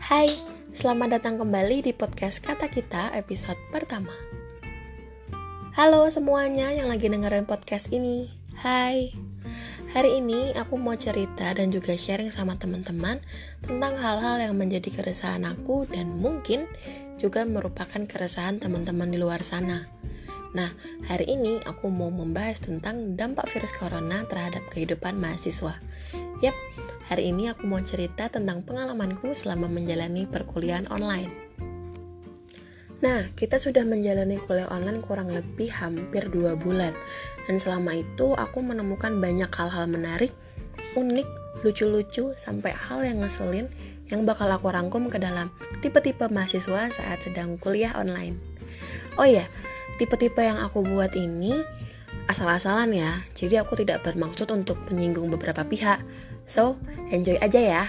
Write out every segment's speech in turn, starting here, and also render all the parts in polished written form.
Hai, selamat datang kembali di podcast Kata Kita episode pertama. Halo semuanya yang lagi dengerin podcast ini. Hai, hari ini aku mau cerita dan juga sharing sama teman-teman tentang hal-hal yang menjadi keresahan aku dan mungkin juga merupakan keresahan teman-teman di luar sana. Nah, hari ini aku mau membahas tentang dampak virus corona terhadap kehidupan mahasiswa. Yap, hari ini aku mau cerita tentang pengalamanku selama menjalani perkuliahan online. Nah, kita sudah menjalani kuliah online kurang lebih hampir 2 bulan. Dan selama itu aku menemukan banyak hal-hal menarik, unik, lucu-lucu, sampai hal yang ngeselin yang bakal aku rangkum ke dalam tipe-tipe mahasiswa saat sedang kuliah online. Oh iya, tipe-tipe yang aku buat ini asal-asalan ya, jadi aku tidak bermaksud untuk menyinggung beberapa pihak. So, enjoy aja ya.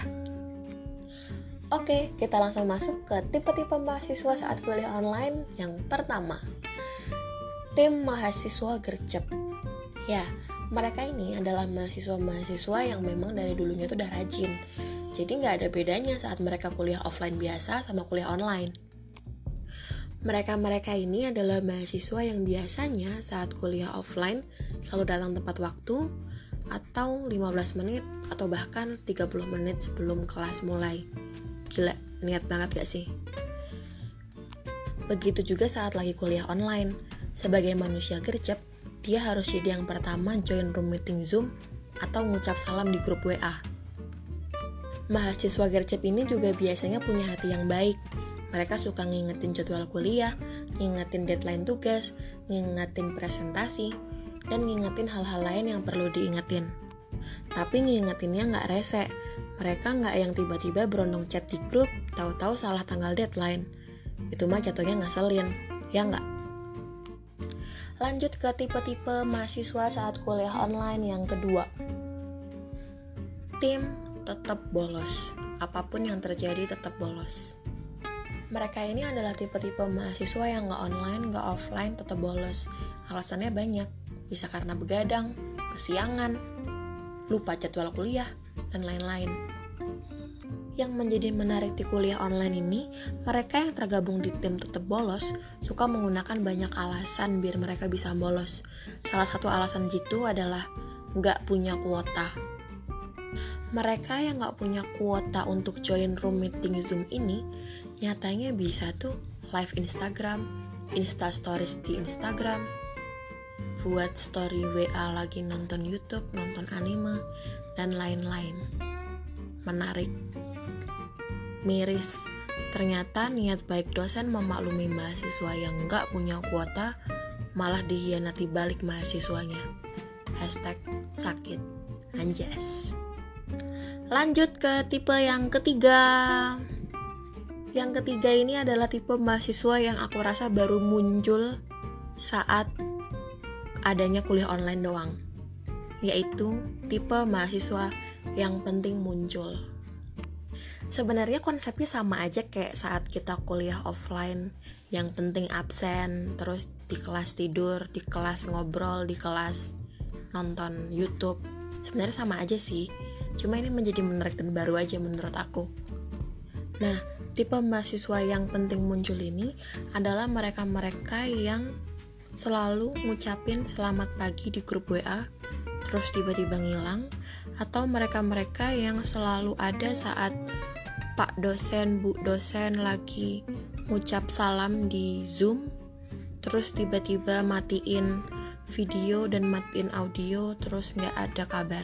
Oke, kita langsung masuk ke tipe-tipe mahasiswa saat kuliah online. Yang pertama, tim mahasiswa gercep. Ya, mereka ini adalah mahasiswa-mahasiswa yang memang dari dulunya tuh udah rajin. Jadi gak ada bedanya saat mereka kuliah offline biasa sama kuliah online. Mereka ini adalah mahasiswa yang biasanya saat kuliah offline selalu datang tepat waktu atau 15 menit atau bahkan 30 menit sebelum kelas mulai. Gila, niat banget gak sih? Begitu juga saat lagi kuliah online. Sebagai manusia gercep, dia harus jadi yang pertama join room meeting Zoom atau ngucap salam di grup WA. Mahasiswa gercep ini juga biasanya punya hati yang baik. Mereka suka ngingetin jadwal kuliah, ngingetin deadline tugas, ngingetin presentasi, dan ngingetin hal-hal lain yang perlu diingetin. Tapi ngingetinnya gak rese. Mereka gak yang tiba-tiba berondong chat di grup, tahu-tahu salah tanggal deadline. Itu mah jatuhnya ngeselin, ya gak? Lanjut ke tipe-tipe mahasiswa saat kuliah online yang kedua. Tim tetap bolos. Apapun yang terjadi tetap bolos. Mereka ini adalah tipe-tipe mahasiswa yang gak online, gak offline, tetap bolos. Alasannya banyak, bisa karena begadang, kesiangan, lupa jadwal kuliah, dan lain-lain. Yang menjadi menarik di kuliah online ini, mereka yang tergabung di tim tetap bolos, suka menggunakan banyak alasan biar mereka bisa bolos. Salah satu alasan itu adalah gak punya kuota. Mereka yang gak punya kuota untuk join room meeting Zoom ini nyatanya bisa tuh live Instagram, Insta Stories di Instagram, buat story WA lagi nonton YouTube, nonton anime, dan lain-lain. Menarik. Miris. Ternyata niat baik dosen memaklumi mahasiswa yang gak punya kuota malah dihianati balik mahasiswanya. #sakit. Anjas. Lanjut ke tipe yang ketiga. Yang ketiga ini adalah tipe mahasiswa yang aku rasa baru muncul saat adanya kuliah online doang. Yaitu tipe mahasiswa yang penting muncul. Sebenarnya konsepnya sama aja kayak saat kita kuliah offline, yang penting absen, terus di kelas tidur, di kelas ngobrol, di kelas nonton YouTube. Sebenarnya sama aja sih. Cuma ini menjadi menarik dan baru aja menurut aku. Nah, tipe mahasiswa yang penting muncul ini adalah mereka-mereka yang selalu ngucapin selamat pagi di grup WA, terus tiba-tiba ngilang, atau mereka-mereka yang selalu ada saat Pak dosen, Bu dosen lagi ngucap salam di Zoom, terus tiba-tiba matiin video dan matiin audio, terus gak ada kabar.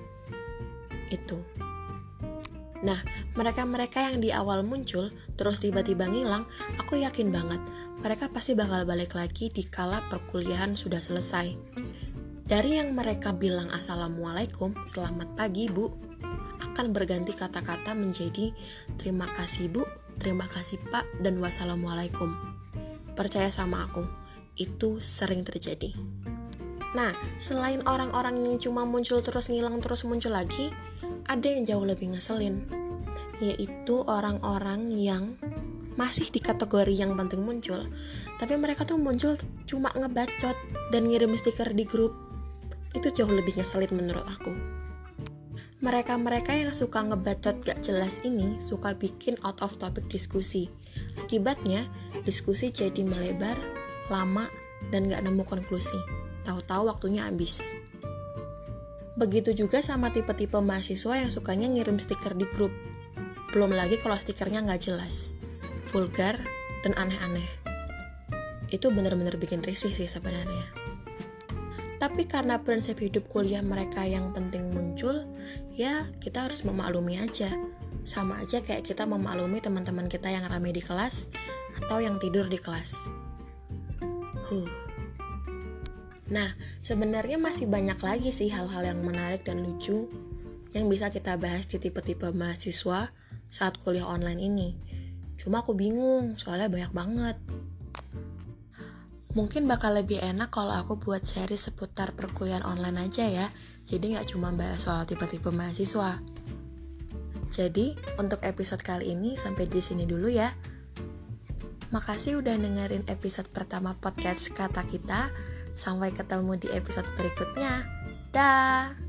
Itu. Nah, mereka-mereka yang di awal muncul terus tiba-tiba ngilang, aku yakin banget mereka pasti bakal balik lagi di kala perkuliahan sudah selesai. Dari yang mereka bilang assalamualaikum, selamat pagi Bu, akan berganti kata-kata menjadi terima kasih Bu, terima kasih Pak, dan wassalamualaikum. Percaya sama aku, itu sering terjadi. Nah, selain orang-orang yang cuma muncul terus ngilang terus muncul lagi, ada yang jauh lebih ngeselin, yaitu orang-orang yang masih di kategori yang penting muncul, tapi mereka tuh muncul cuma ngebacot dan ngirim stiker di grup. Itu jauh lebih ngeselin menurut aku. Mereka-mereka yang suka ngebacot gak jelas ini suka bikin out of topic diskusi. Akibatnya, diskusi jadi melebar, lama, dan gak nemu konklusi. Tahu-tahu waktunya habis. Begitu juga sama tipe-tipe mahasiswa yang sukanya ngirim stiker di grup. Belum lagi kalau stikernya gak jelas, vulgar, dan aneh-aneh. Itu benar-benar bikin risih sih sebenarnya. Tapi karena prinsip hidup kuliah mereka yang penting muncul, ya kita harus memaklumi aja. Sama aja kayak kita memaklumi teman-teman kita yang rame di kelas atau yang tidur di kelas. Nah, sebenarnya masih banyak lagi sih hal-hal yang menarik dan lucu yang bisa kita bahas di tipe-tipe mahasiswa saat kuliah online ini. Cuma aku bingung, soalnya banyak banget. Mungkin bakal lebih enak kalau aku buat seri seputar perkuliahan online aja ya. Jadi gak cuma bahas soal tipe-tipe mahasiswa. Jadi, untuk episode kali ini sampai di sini dulu ya. Makasih udah dengerin episode pertama podcast Kata Kita. Sampai ketemu di episode berikutnya. Dah.